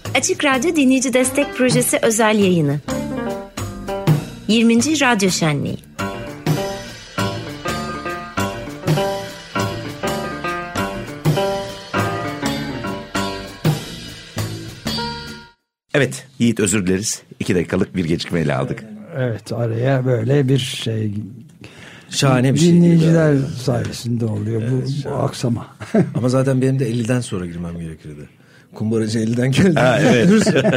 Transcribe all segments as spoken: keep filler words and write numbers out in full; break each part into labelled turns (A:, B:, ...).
A: Açık Radyo Dinleyici Destek Projesi özel yayını. yirminci Radyo Şenliği.
B: Evet Yiğit, özür dileriz. İki dakikalık bir gecikmeyle aldık.
C: Evet, araya böyle bir şey...
D: Şahane bir şey.
C: Dinleyiciler sayesinde oluyor evet, bu, bu aksama.
D: Ama zaten benim de elliden sonra girmem gerekirdi. Kumbaracı elliden geldi.
B: Ha, evet.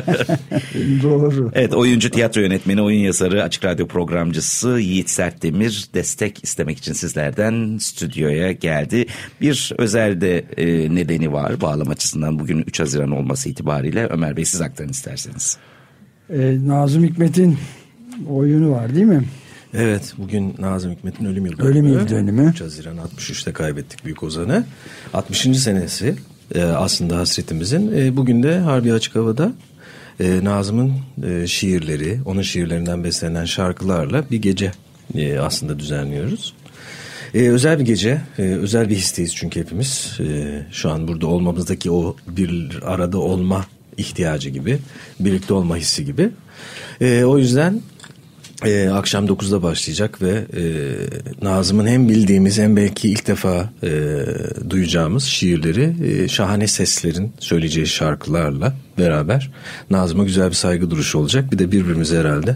C: Doğru.
B: Evet, oyuncu, tiyatro yönetmeni, oyun yazarı, Açık Radyo programcısı Yiğit Sertdemir destek istemek için sizlerden stüdyoya geldi. Bir özel de e, nedeni var bağlam açısından, bugün üç Haziran olması itibariyle. Ömer Bey, siz aktarın isterseniz.
C: Ee, Nazım Hikmet'in oyunu var değil mi?
D: Evet, bugün Nazım Hikmet'in ölüm yıl dönümü.
C: Ölüm yıl dönümü.
D: üç Haziran altmış üçte kaybettik büyük ozanı. altmışıncı senesi e, aslında hasretimizin. E, bugün de Harbiye Açık Hava'da e, Nazım'ın e, şiirleri, onun şiirlerinden beslenen şarkılarla bir gece e, aslında düzenliyoruz. E, özel bir gece, e, özel bir histeyiz çünkü hepimiz. E, şu an burada olmamızdaki o bir arada olma ihtiyacı gibi, birlikte olma hissi gibi. E, o yüzden... Ee, akşam dokuzda başlayacak ve e, Nazım'ın hem bildiğimiz hem belki ilk defa e, duyacağımız şiirleri e, şahane seslerin söyleyeceği şarkılarla beraber Nazım'a güzel bir saygı duruşu olacak. Bir de birbirimizi herhalde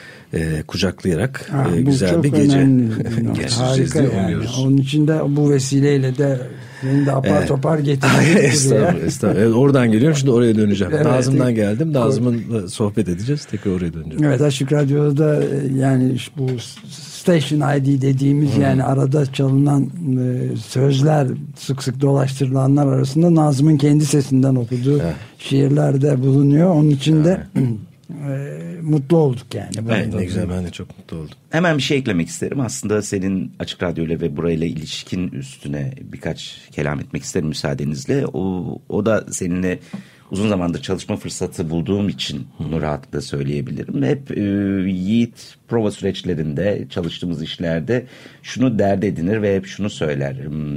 D: e, kucaklayarak ha, e, güzel bir gece
C: geçireceğiz diye yani. Umuyoruz. Onun için de bu vesileyle de beni de apar evet. topar getirdim.
D: Estağfurullah, estağfurullah. Evet, oradan geliyorum, şimdi oraya döneceğim. Evet, Nazım'dan geldim. Nazım'ın sohbet edeceğiz. Tekrar oraya döneceğim.
C: Evet, Açık Radyo'da yani bu Station I D dediğimiz hmm. yani arada çalınan e, sözler, sık sık dolaştırılanlar arasında Nazım'ın kendi sesinden okuduğu evet. şiirler de bulunuyor. Onun için de e, mutlu olduk yani.
D: Evet, ne güzel, ben de çok mutlu oldum.
B: Hemen bir şey eklemek isterim. Aslında senin Açık Radyo ile ve burayla ilişkin üstüne birkaç kelam etmek isterim müsaadenizle. O, o da seninle uzun zamandır çalışma fırsatı bulduğum için bunu rahatlıkla söyleyebilirim. Hep e, Yiğit prova süreçlerinde, çalıştığımız işlerde şunu dert edinir ve hep şunu söyler.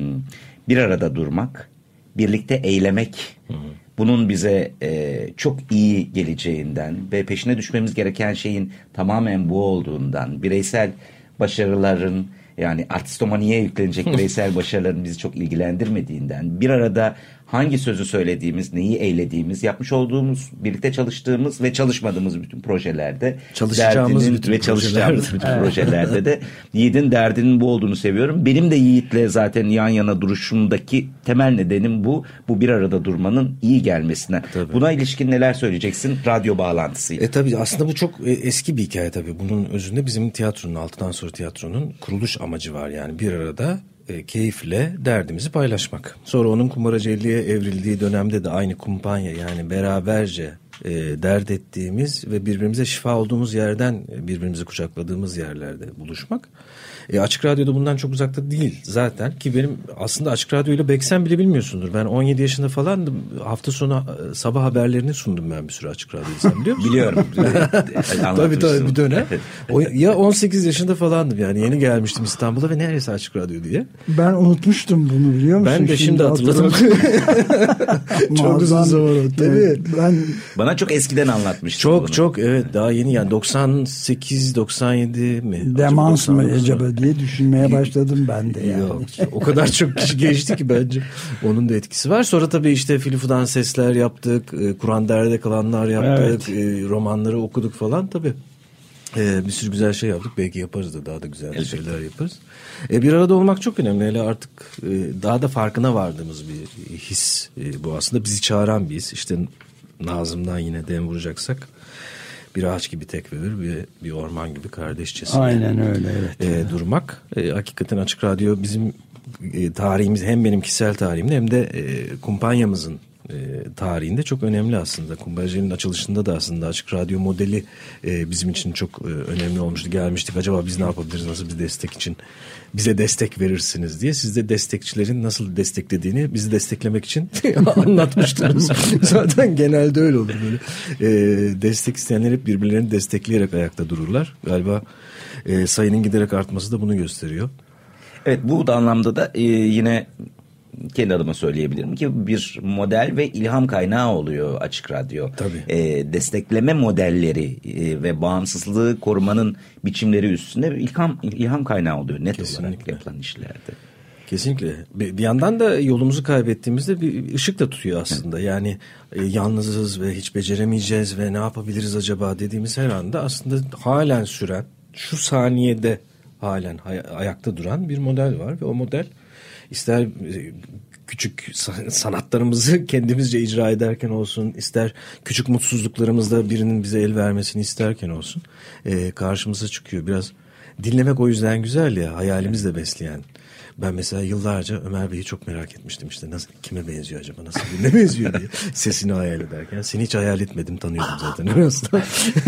B: Bir arada durmak, birlikte eylemek, hı hı. bunun bize e, çok iyi geleceğinden ve peşine düşmemiz gereken şeyin tamamen bu olduğundan, bireysel başarıların, yani artistomaniye yüklenecek bireysel başarıların bizi çok ilgilendirmediğinden, bir arada hangi sözü söylediğimiz, neyi eylediğimiz, yapmış olduğumuz, birlikte çalıştığımız ve çalışmadığımız bütün projelerde,
D: çalışacağımız bütün
B: ve çalışacağımız bütün projelerde de Yiğit'in derdinin bu olduğunu seviyorum. Benim de Yiğit'le zaten yan yana duruşumdaki temel nedenim bu. Bu bir arada durmanın iyi gelmesinden. Tabii. Buna ilişkin neler söyleyeceksin radyo bağlantısıyla?
D: E tabii aslında bu çok eski bir hikaye tabii. Bunun özünde bizim tiyatronun, altıdan sonra tiyatronun kuruluş amacı var. Yani bir arada E, keyifle derdimizi paylaşmak. Sonra onun Kumbaracı'ya evrildiği dönemde de aynı kumpanya, yani beraberce e, dert ettiğimiz ve birbirimize şifa olduğumuz yerden birbirimizi kucakladığımız yerlerde buluşmak. E, Açık Radyo'da bundan çok uzakta değil zaten, ki benim aslında Açık Radyo'yla belki sen bile bilmiyorsundur. Ben on yedi yaşında falandım. Hafta sonu sabah haberlerini sundum ben bir süre Açık Radyo'da, sen biliyor musun?
B: Biliyorum.
D: Tabii tabii bir dönem. O, ya on sekiz yaşında falandım yani, yeni gelmiştim İstanbul'a ve neresi Açık Radyo diye.
C: Ben unutmuştum bunu, biliyor musun?
D: Ben de şimdi, şimdi hatırladım. Çok uzun zaman oldu. Tabii.
C: Ben...
B: Bana çok eskiden anlatmıştın.
D: Çok
B: bunu.
D: çok evet, daha yeni yani doksan sekiz doksan yedi mi?
C: Demans mı acaba diye düşünmeye başladım ben de yani.
D: Yok, o kadar çok kişi geçti ki bence onun da etkisi var. Sonra tabii işte Filifu'dan sesler yaptık, Kur'an Der'de kalanlar yaptık, evet. romanları okuduk falan tabii. Ee, bir sürü güzel şey yaptık. Belki yaparız da daha da güzel evet. şeyler yaparız. Ee, bir arada olmak çok önemli. Hele artık e, daha da farkına vardığımız bir his e, bu aslında. Bizi çağıran bir his. İşte Nazım'dan yine dem vuracaksak, bir ağaç gibi tek verir, bir, bir orman gibi kardeşçesine.
C: Aynen öyle, evet.
D: E, durmak. E, hakikaten Açık Radyo bizim e, tarihimiz, hem benim kişisel tarihimde hem de e, kumpanyamızın e, tarihinde çok önemli aslında. Kumbaracı'nın açılışında da aslında Açık Radyo modeli e, bizim için çok e, önemli olmuştu. Gelmiştik, acaba biz ne yapabiliriz, nasıl bir destek için bize destek verirsiniz diye. Siz de destekçilerin nasıl desteklediğini bizi desteklemek için anlatmıştınız. Zaten genelde öyle olur böyle. E, destek isteyenler hep birbirlerini destekleyerek ayakta dururlar. Galiba e, sayının giderek artması da bunu gösteriyor.
B: Evet, bu da anlamda da e, yine kendi adıma söyleyebilirim ki bir model ve ilham kaynağı oluyor Açık Radyo.
D: Tabii.
B: E, destekleme modelleri e, ve bağımsızlığı korumanın biçimleri üstünde ilham ilham kaynağı oluyor net
D: Kesinlikle.
B: olarak yapılan işlerde.
D: Kesinlikle. Bir yandan da yolumuzu kaybettiğimizde bir ışık da tutuyor aslında. Yani e, yalnızız ve hiç beceremeyeceğiz ve ne yapabiliriz acaba dediğimiz her anda aslında halen süren, şu saniyede halen hay- ayakta duran bir model var ve o model ister e, küçük sanatlarımızı kendimizce icra ederken olsun, ister küçük mutsuzluklarımızda birinin bize el vermesini isterken olsun e, karşımıza çıkıyor. Biraz dinlemek o yüzden güzel ya, hayalimiz de besleyen. Ben mesela yıllarca Ömer Bey'i çok merak etmiştim, işte nasıl, kime benziyor acaba, nasıl birine benziyor diye sesini hayal ederken. Seni hiç hayal etmedim, tanıyordum zaten aslında.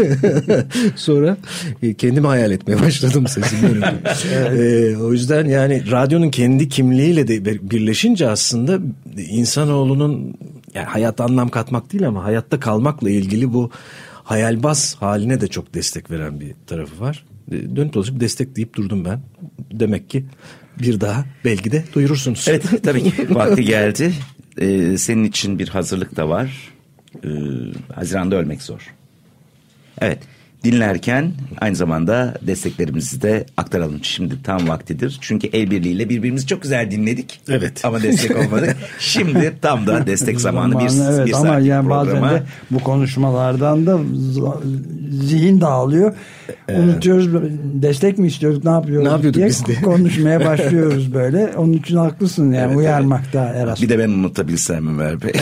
D: Sonra e, kendimi hayal etmeye başladım sesimi. e, o yüzden yani radyonun kendi kimliğiyle de birleşince aslında insanoğlunun, yani hayata anlam katmak değil ama hayatta kalmakla ilgili bu hayalbaz haline de çok destek veren bir tarafı var. E, dönüp dolaşıp destek deyip durdum ben. Demek ki bir daha belki de duyurursunuz.
B: Evet, tabii ki vakti geldi. Ee, senin için bir hazırlık da var. Ee, Haziran'da ölmek zor. Evet, dinlerken aynı zamanda desteklerimizi de aktaralım. Şimdi tam vaktidir. Çünkü el birliğiyle birbirimizi çok güzel dinledik.
D: Evet.
B: Ama destek olmadık. Şimdi tam da destek zamanı. Bir,
C: zamanı, evet,
B: bir
C: ama yani
B: programa.
C: bazen de bu konuşmalardan da zihin dağılıyor. Evet. Unutuyoruz. Destek mi istiyorduk, ne yapıyoruz
D: ne yapıyorduk
C: diye
D: biz de?
C: konuşmaya başlıyoruz böyle. Onun için haklısın yani, evet, uyarmakta evet. Erasmus.
B: Bir de ben unutabilsem Ömer Bey.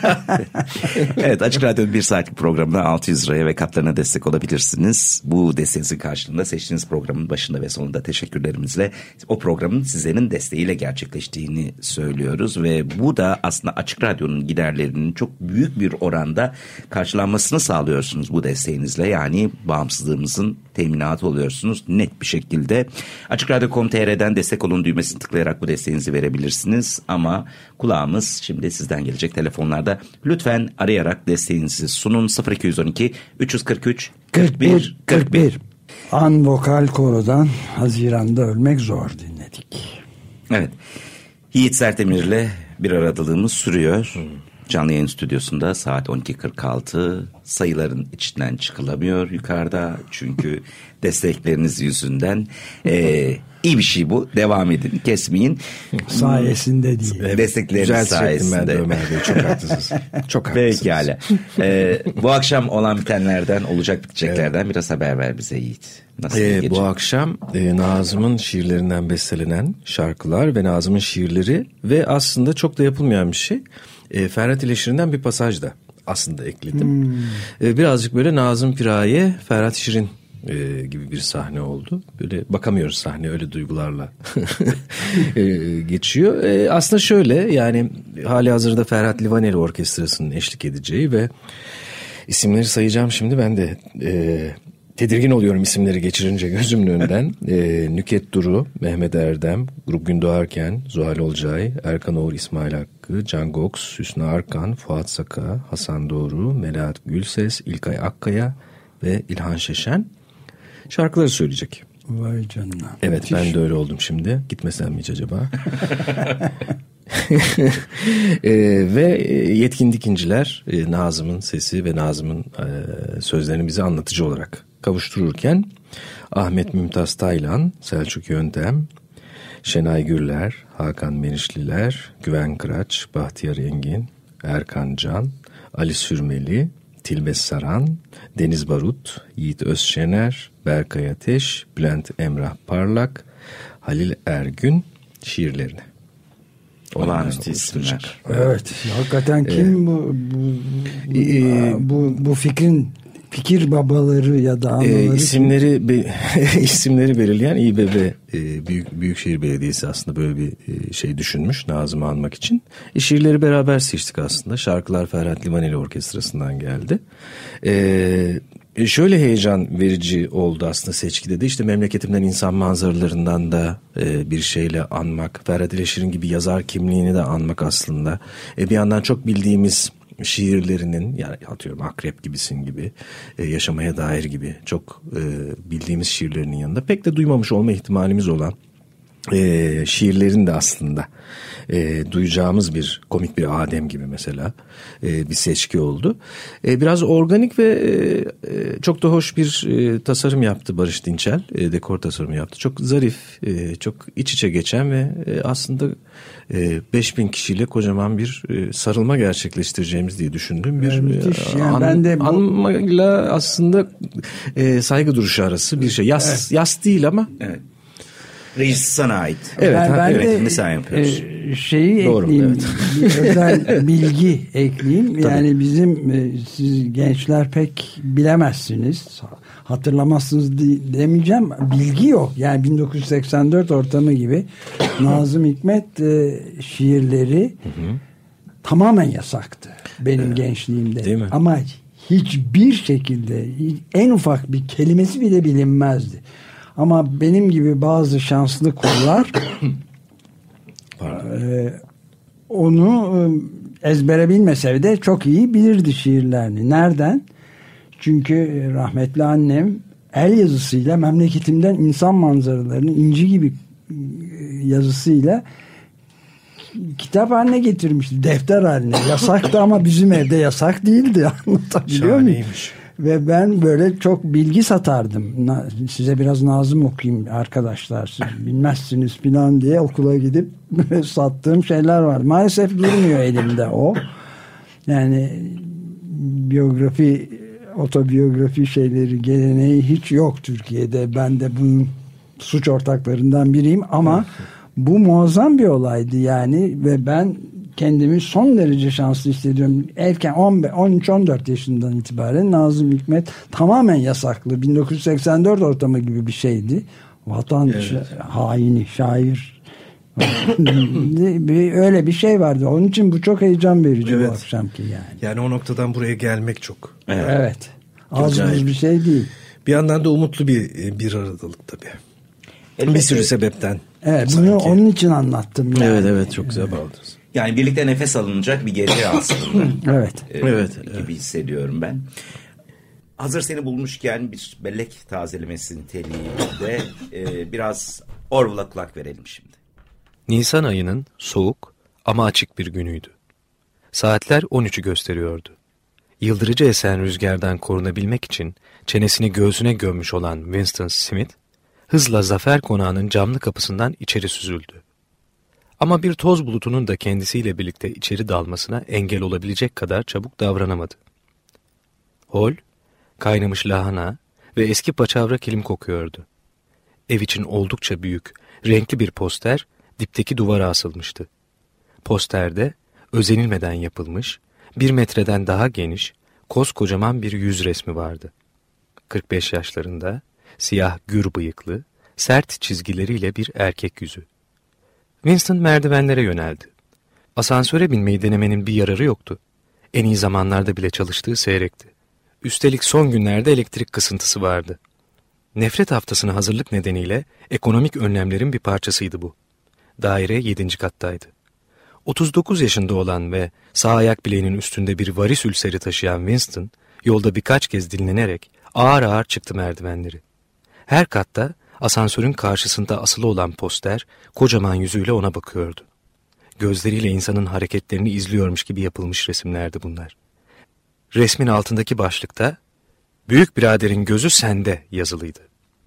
B: Evet, Açık Radyo'nun bir saatlik programına altı yüz liraya ve katlarına destek olabilirsiniz. Bu desteğinizin karşılığında seçtiğiniz programın başında ve sonunda teşekkürlerimizle o programın sizlerin desteğiyle gerçekleştiğini söylüyoruz ve bu da aslında Açık Radyo'nun giderlerinin çok büyük bir oranda karşılanmasını sağlıyorsunuz bu desteğinizle. Yani bağımsızlığımızın teminatı oluyorsunuz net bir şekilde. Açık Radyo nokta com nokta tr'den destek olun düğmesini tıklayarak bu desteğinizi verebilirsiniz. Ama kulağımız şimdi sizden gelecek telefonlarda. Lütfen arayarak desteğinizi sunun. sıfır iki on iki üç kırk üç kırk bir kırk bir.
C: An Vokal Koro'dan Haziran'da Ölmek Zor dinledik.
B: Evet. Yiğit Sertemir'le bir aradalığımız sürüyor. Hmm. Canlı yayın stüdyosunda saat on iki kırk altı, sayıların içinden çıkılamıyor yukarıda çünkü destekleriniz yüzünden. Ee, iyi bir şey bu, devam edin, kesmeyin.
C: Sayesinde değil.
B: Evet, destekleriniz sayesinde.
D: Ben de Ömer Bey, çok haklısınız. Çok haklısınız.
B: Pekala. Ee, bu akşam olan bitenlerden, olacak biteceklerden evet. Biraz haber ver bize Yiğit. Nasıl
D: ee, bu akşam e, Nazım'ın şiirlerinden bestelenen şarkılar ve Nazım'ın şiirleri ve aslında çok da yapılmayan bir şey. E, Ferhat ile Şirin'den bir pasaj da aslında ekledim. Hmm. E, birazcık böyle Nazım Piraye, Ferhat Şirin e, gibi bir sahne oldu. Böyle bakamıyoruz sahne, öyle duygularla e, geçiyor. E, aslında şöyle, yani hali hazırda Ferhat Livaneli Orkestrası'nın eşlik edeceği ve isimleri sayacağım şimdi, ben de e, tedirgin oluyorum isimleri geçirince gözümün önünden. e, Nüket Duru, Mehmet Erdem, Grup Gündoğarken, Zuhal Olcay, Erkan Oğur, İsmail Hakkı, Can Goks, Hüsnü Arkan, Fuat Saka, Hasan Doğru, Melahat Gülses, İlkay Akkaya ve İlhan Şeşen şarkıları söyleyecek.
C: Vay canına.
D: Evet,
C: müthiş.
D: Ben de öyle oldum şimdi. Gitmesem mi hiç acaba? e, ve yetkin dikinciler e, Nazım'ın sesi ve Nazım'ın e, sözlerini bize anlatıcı olarak kavuştururken Ahmet Mümtaz Taylan, Selçuk Yöntem, Şenay Gürler, Hakan Menişliler, Güven Kıraç, Bahtiyar Engin, Erkan Can, Ali Sürmeli, Tilbes Saran, Deniz Barut, Yiğit Özşener, Berkay Ateş, Bülent Emrah Parlak, Halil Ergün şiirlerini.
B: Olağanüstü isimler.
C: Evet, hakikaten kim ee, bu bu, bu, e, bu bu fikrin fikir babaları ya da anaları?
D: E, isimleri be, isimleri belirleyen İBB e, Büyük Büyükşehir Belediyesi aslında böyle bir e, şey düşünmüş Nazım'ı anmak için. E, şiirleri beraber seçtik aslında. Şarkılar Ferhat Livaneli Orkestrası'ndan geldi. E, E şöyle heyecan verici oldu aslında seçkide de, işte memleketimden insan manzaralarından da e, bir şeyle anmak, Ferhat ile Şirin gibi yazar kimliğini de anmak aslında. E, bir yandan çok bildiğimiz şiirlerinin, yani atıyorum Akrep gibisin gibi, e, Yaşamaya Dair gibi çok e, bildiğimiz şiirlerinin yanında pek de duymamış olma ihtimalimiz olan e, şiirlerin de aslında e, duyacağımız bir komik bir Adem gibi mesela e, bir seçki oldu. E, biraz organik ve e, çok da hoş bir e, tasarım yaptı Barış Dinçel. E, dekor tasarımı yaptı. Çok zarif, e, çok iç içe geçen ve e, aslında e, beş bin kişiyle kocaman bir e, sarılma gerçekleştireceğimiz diye düşündüğüm bir
C: müthiş.
D: e,
C: Yani
D: an,
C: ben de bu...
D: anmayla aslında e, saygı duruşu arası bir şey. Yas, evet. yas değil ama...
B: Evet. Reis sana ait.
C: Evet, ben, ben
B: de sen yapıyorsun.
C: E, şeyi
D: Doğru,
C: ekleyeyim,
D: evet.
C: bir özel bilgi ekleyeyim. Yani bizim e, siz gençler pek bilemezsiniz, hatırlamazsınız demeyeceğim. Bilgi yok. Yani bin dokuz yüz seksen dört ortamı gibi Nazım Hikmet e, şiirleri hı hı. tamamen yasaktı benim evet. gençliğimde.
D: Değil mi?
C: Ama hiçbir şekilde en ufak bir kelimesi bile bilinmezdi. Ama benim gibi bazı şanslı kullar e, onu e, ezbere bilmese de çok iyi bilirdi şiirlerini. Nereden? Çünkü rahmetli annem el yazısıyla memleketimden insan manzaralarını inci gibi yazısıyla kitap haline getirmişti. Defter haline. Yasaktı ama bizim evde yasak değildi. Anlatabiliyor muyum? Ve ben böyle çok bilgi satardım. Size biraz Nazım okuyayım arkadaşlar. Siz bilmezsiniz falan diye okula gidip sattığım şeyler var. Maalesef durmuyor elimde o. Yani biyografi, otobiyografi şeyleri, geleneği hiç yok Türkiye'de. Ben de bunun suç ortaklarından biriyim ama bu muazzam bir olaydı yani ve ben kendimi son derece şanslı hissediyorum. Erken on üç on dört yaşından itibaren Nazım Hikmet tamamen yasaklı. bin dokuz yüz seksen dört ortamı gibi bir şeydi. Vatan evet. haini, şair. Öyle bir şey vardı. Onun için bu çok heyecan verici evet. bu akşamki yani.
D: Yani o noktadan buraya gelmek çok.
C: Evet. evet. Az bir şey değil.
D: Bir yandan da umutlu bir bir aradalık tabii. Elbette. Bir sürü sebepten.
C: Evet, bunu sanki. Onun için anlattım. Yani.
D: Evet evet çok güzel bağladınız.
B: Yani birlikte nefes alınacak bir gece aslında.
C: evet.
B: Ee,
D: evet.
B: Gibi
D: evet.
B: hissediyorum ben. Hazır seni bulmuşken bir bellek tazelemesi niteliğinde e, biraz Orwell'a kulak verelim şimdi.
E: Nisan ayının soğuk ama açık bir günüydü. Saatler on üçü gösteriyordu. Yıldırıcı esen rüzgardan korunabilmek için çenesini göğsüne gömmüş olan Winston Smith, hızla Zafer Konağı'nın camlı kapısından içeri süzüldü. Ama bir toz bulutunun da kendisiyle birlikte içeri dalmasına engel olabilecek kadar çabuk davranamadı. Hol, kaynamış lahana ve eski paçavra kilim kokuyordu. Ev için oldukça büyük, renkli bir poster dipteki duvara asılmıştı. Posterde özenilmeden yapılmış, bir metreden daha geniş, koskocaman bir yüz resmi vardı. kırk beş yaşlarında, siyah gür bıyıklı, sert çizgileriyle bir erkek yüzü. Winston merdivenlere yöneldi. Asansöre binmeyi denemenin bir yararı yoktu. En iyi zamanlarda bile çalıştığı seyrekti. Üstelik son günlerde elektrik kısıntısı vardı. Nefret haftasına hazırlık nedeniyle ekonomik önlemlerin bir parçasıydı bu. Daire yedinci kattaydı. otuz dokuz yaşında olan ve sağ ayak bileğinin üstünde bir varis ülseri taşıyan Winston, yolda birkaç kez dinlenerek ağır ağır çıktı merdivenleri. Her katta asansörün karşısında asılı olan poster kocaman yüzüyle ona bakıyordu. Gözleriyle insanın hareketlerini izliyormuş gibi yapılmış resimlerdi bunlar. Resmin altındaki başlıkta "Büyük biraderin gözü sende" yazılıydı.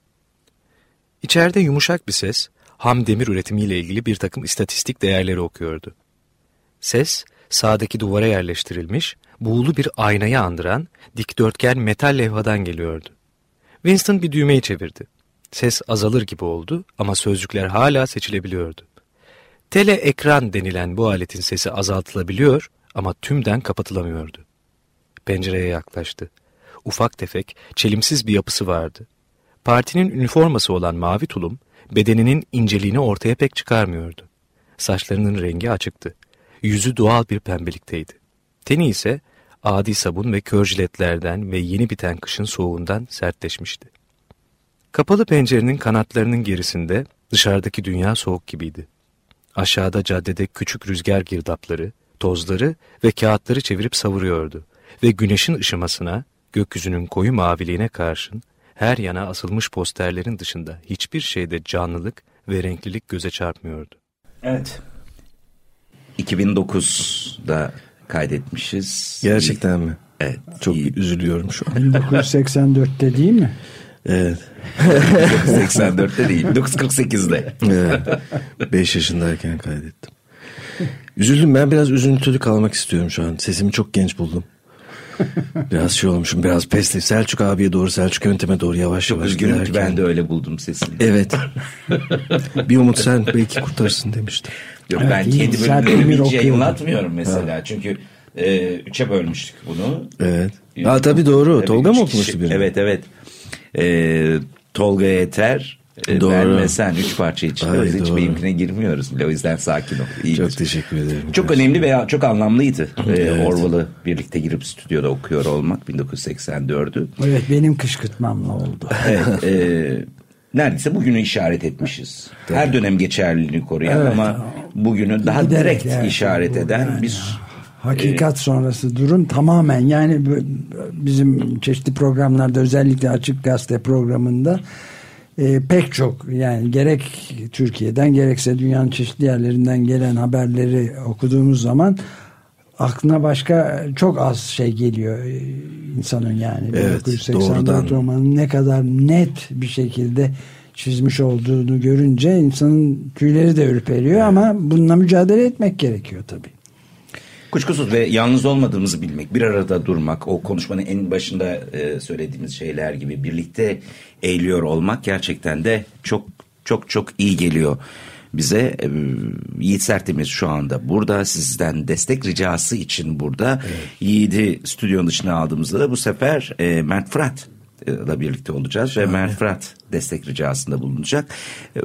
E: İçeride yumuşak bir ses ham demir üretimiyle ilgili bir takım istatistik değerleri okuyordu. Ses sağdaki duvara yerleştirilmiş buğulu bir aynayı andıran dikdörtgen metal levhadan geliyordu. Winston bir düğmeyi çevirdi. Ses azalır gibi oldu ama sözcükler hala seçilebiliyordu. Tele ekran denilen bu aletin sesi azaltılabiliyor ama tümden kapatılamıyordu. Pencereye yaklaştı. Ufak tefek, çelimsiz bir yapısı vardı. Partinin üniforması olan mavi tulum, bedeninin inceliğini ortaya pek çıkarmıyordu. Saçlarının rengi açıktı. Yüzü doğal bir pembelikteydi. Teni ise adi sabun ve kör jiletlerden ve yeni biten kışın soğuğundan sertleşmişti. Kapalı pencerenin kanatlarının gerisinde dışarıdaki dünya soğuk gibiydi. Aşağıda caddede küçük rüzgar girdapları, tozları ve kağıtları çevirip savuruyordu ve güneşin ışımasına, gökyüzünün koyu maviliğine karşın her yana asılmış posterlerin dışında hiçbir şeyde canlılık ve renklilik göze çarpmıyordu.
B: Evet. iki bin dokuzda kaydetmişiz.
D: Gerçekten mi?
B: Evet.
D: Çok
B: iyi.
D: Üzülüyorum şu an.
C: bin dokuz yüz seksen dörtte değil mi?
D: Evet.
B: bin dokuz yüz seksen dörtte değil, bin dokuz yüz kırk sekizde.
D: Evet. beş yaşındayken kaydettim. Üzüldüm, ben biraz üzüntülü kalmak istiyorum şu an. Sesimi çok genç buldum. Biraz şey olmuşum, biraz pestif. Selçuk abiye doğru, Selçuk yönteme doğru yavaş
B: Çok
D: yavaş
B: üzgünüm
D: giderken.
B: ki ben de öyle buldum sesini.
D: Evet. Bir umut sen belki kurtarsın demiştim.
B: Yok,
C: Evet,
B: ben
C: iyi,
B: kendi
C: Serpil
B: bölümlerimi hiç
C: okuyordu.
B: yayınlatmıyorum mesela. Ha. Çünkü e, üçe bölmüştük bunu.
D: Evet. Ha tabii doğru.
B: Tabii
D: Tolga
B: üç
D: mı
B: kişi.
D: okumuştu birini?
B: Evet evet. E, Tolga Yeter, e,
D: Doğru.
B: ben ve sen üç parça içinde.
D: Ay,
B: O yüzden hiç
D: doğru.
B: benimkine girmiyoruz bile. O yüzden sakin ol. İyidir.
D: Çok teşekkür ederim.
B: Çok önemli veya çok anlamlıydı.
D: Evet.
B: Ee, Orwell'ı birlikte girip stüdyoda okuyor olmak bin dokuz yüz seksen dördü.
C: Evet, benim kışkırtmamla oldu.
B: Evet, e, neredeyse bugünü işaret etmişiz. Her dönem geçerliliğini koruyan
C: Evet.
B: ama bugünü daha
C: Giderek,
B: direkt
C: evet,
B: işaret
C: bu
B: eden
C: yani.
B: bir
C: Hakikat sonrası durum tamamen, yani bizim çeşitli programlarda, özellikle Açık Gazete programında e, pek çok, yani gerek Türkiye'den gerekse dünyanın çeşitli yerlerinden gelen haberleri okuduğumuz zaman aklına başka çok az şey geliyor e, insanın, yani.
D: Evet,
C: bin dokuz yüz seksen dört
D: doğrudan.
C: romanın ne kadar net bir şekilde çizmiş olduğunu görünce insanın tüyleri de ürperiyor, evet. Ama bununla mücadele etmek gerekiyor tabii.
B: Kuşkusuz ve yalnız olmadığımızı bilmek, bir arada durmak, o konuşmanın en başında e, söylediğimiz şeyler gibi birlikte eğiliyor olmak gerçekten de çok çok çok iyi geliyor bize. E, Yiğit Sertemiz şu anda burada, sizden destek ricası için burada. Evet. Yiğit'i stüdyonun dışına aldığımızda da bu sefer e, Mert Fırat ile birlikte olacağız. Şahane. Ve Mert Fırat destek ricasında bulunacak. E,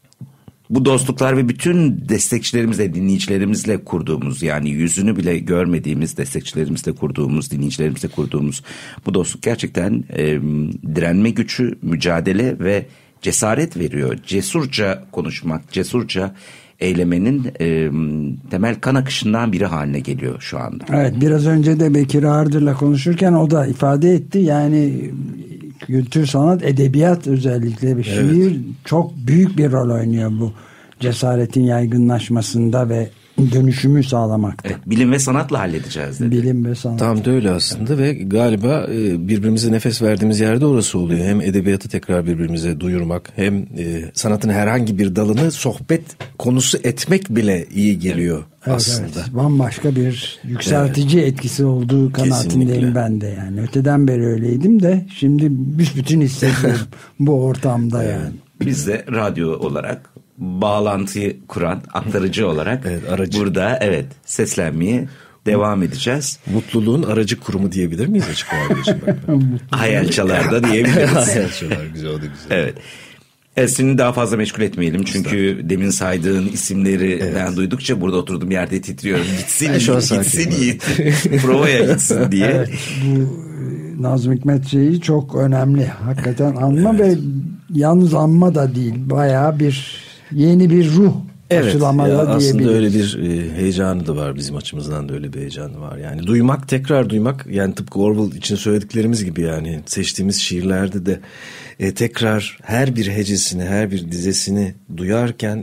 B: Bu dostluklar ve bütün destekçilerimizle, dinleyicilerimizle kurduğumuz, yani yüzünü bile görmediğimiz destekçilerimizle kurduğumuz, dinleyicilerimizle kurduğumuz bu dostluk gerçekten e, direnme gücü, mücadele ve cesaret veriyor. Cesurca konuşmak, cesurca eylemenin e, temel kan akışından biri haline geliyor şu anda.
C: Evet, biraz önce de Bekir Ardır'la konuşurken o da ifade etti. Yani kültür, sanat, edebiyat özellikle bir şiir, evet, çok büyük bir rol oynuyor bu cesaretin yaygınlaşmasında ve dönüşümü sağlamakta.
B: Evet, bilim ve sanatla halledeceğiz dedi.
C: Bilim ve sanat.
D: Tam da öyle aslında ve galiba birbirimize nefes verdiğimiz yerde orası oluyor. Hem edebiyatı tekrar birbirimize duyurmak, hem sanatın herhangi bir dalını sohbet konusu etmek bile iyi geliyor, evet, aslında. Evet,
C: bambaşka bir yükseltici, evet, etkisi olduğu kanaatindeyim. Kesinlikle. Ben de yani. Öteden beri öyleydim de şimdi büsbütün hissediyorum bu ortamda, evet, yani.
B: Biz de radyo olarak bağlantıyı kuran, aktarıcı olarak, evet, aracı, burada evet seslenmeye devam edeceğiz.
D: Mutluluğun aracı kurumu diyebilir miyiz Açık Radyo'da?
B: Hayalçalarda diyebiliriz.
D: Hayalçalar, güzel oldu, güzel.
B: Evet. Evet, seni daha fazla meşgul etmeyelim çünkü demin saydığın isimlerden, evet, duydukça burada oturduğum yerde titriyorum. Gitsin, gitsin Yiğit. Provaya gitsin diye.
C: Evet, bu Nazım Hikmet şeyi çok önemli. Hakikaten anma, evet, ve yalnız anma da değil. Bayağı bir yeni bir ruh, evet, aşılamada
D: aslında öyle bir e, heyecanı da var, bizim açımızdan da öyle bir heyecanı var. Yani duymak, tekrar duymak, yani tıpkı Orwell için söylediklerimiz gibi, yani seçtiğimiz şiirlerde de e, tekrar her bir hecesini, her bir dizesini duyarken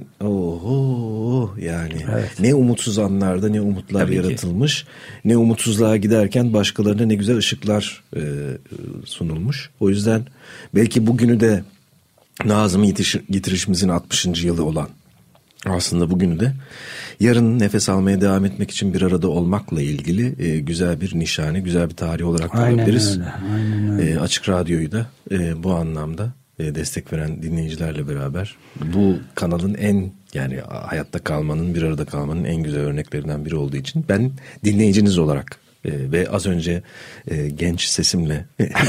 D: oho, yani, evet, ne umutsuz anlarda ne umutlar tabii yaratılmış, ki, ne umutsuzluğa giderken başkalarına ne güzel ışıklar e, sunulmuş. O yüzden belki bugünü de, Nazım'ı yitiş, yitirişimizin altmışıncı yılı olan aslında bugünü de yarın nefes almaya devam etmek için bir arada olmakla ilgili e, güzel bir nişane, güzel bir tarih olarak alabiliriz. E, Açık Radyo'yu da e, bu anlamda e, destek veren dinleyicilerle beraber bu kanalın en, yani hayatta kalmanın, bir arada kalmanın en güzel örneklerinden biri olduğu için ben dinleyiciniz olarak Ee, ve az önce e, genç sesimle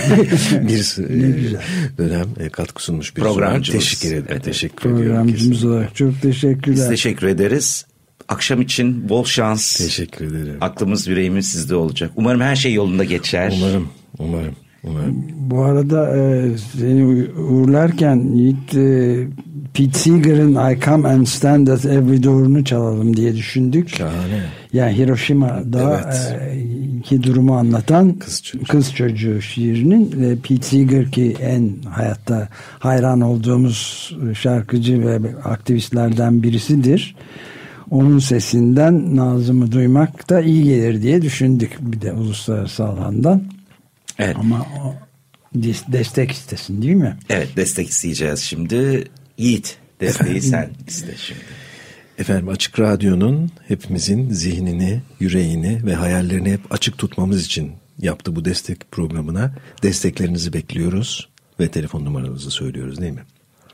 D: bir e, dönem e, katkı sunmuş bir
B: programcımız.
D: Teşekkür ederim. Evet, teşekkür
C: Programcımız olarak çok teşekkürler.
B: Biz teşekkür ederiz. Akşam için bol şans.
D: Teşekkür ederim.
B: Aklımız, yüreğimiz sizde olacak. Umarım her şey yolunda geçer.
D: Umarım, umarım. Umarım.
C: Bu arada e, seni uğurlarken Yiğit, e, Pete Seeger'ın I Come and Stand at Every Door'unu çalalım diye düşündük.
D: Şahane.
C: Yani Hiroşima'da,
D: evet,
C: e, ki durumu anlatan
D: Kız Çocuğu,
C: Kız Çocuğu şiirinin ve Pete Seeger ki en hayatta hayran olduğumuz şarkıcı ve aktivistlerden birisidir. Onun sesinden Nazım'ı duymak da iyi gelir diye düşündük bir de uluslararası alandan.
B: Evet.
C: Ama o destek istesin değil mi?
B: Evet, destek isteyeceğiz şimdi. Yiğit, desteği sen iste şimdi.
D: Efendim, Açık Radyo'nun hepimizin zihnini, yüreğini ve hayallerini hep açık tutmamız için yaptığı bu destek programına desteklerinizi bekliyoruz ve telefon numaranızı söylüyoruz değil mi?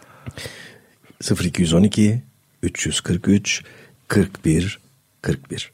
D: sıfır iki on iki üç yüz kırk üç kırk bir kırk bir